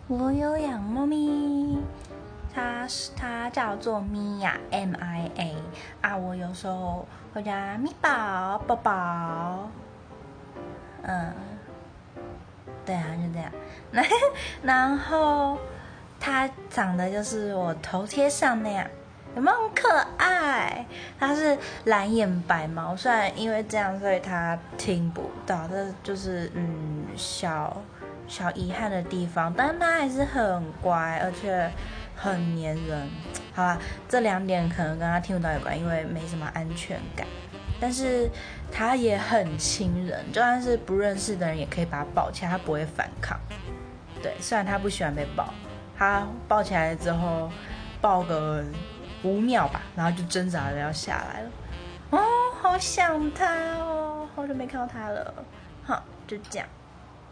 我有养猫咪，它叫做米娅 MIA 啊，我有时候会叫它咪宝宝宝，对啊，就这样。然后它长得就是我头贴上那样，有没有很可爱？它是蓝眼白毛，虽然因为这样，所以它听不到，这就是小遗憾的地方，但它还是很乖，而且很黏人。好吧，这2点可能跟它听不到有关，因为没什么安全感。但是它也很亲人，就算是不认识的人也可以把它抱起来，它不会反抗。对，虽然它不喜欢被抱，它抱起来之后抱个5秒吧，然后就挣扎着要下来了。哦，好想它哦，好久没看到它了。好，就这样。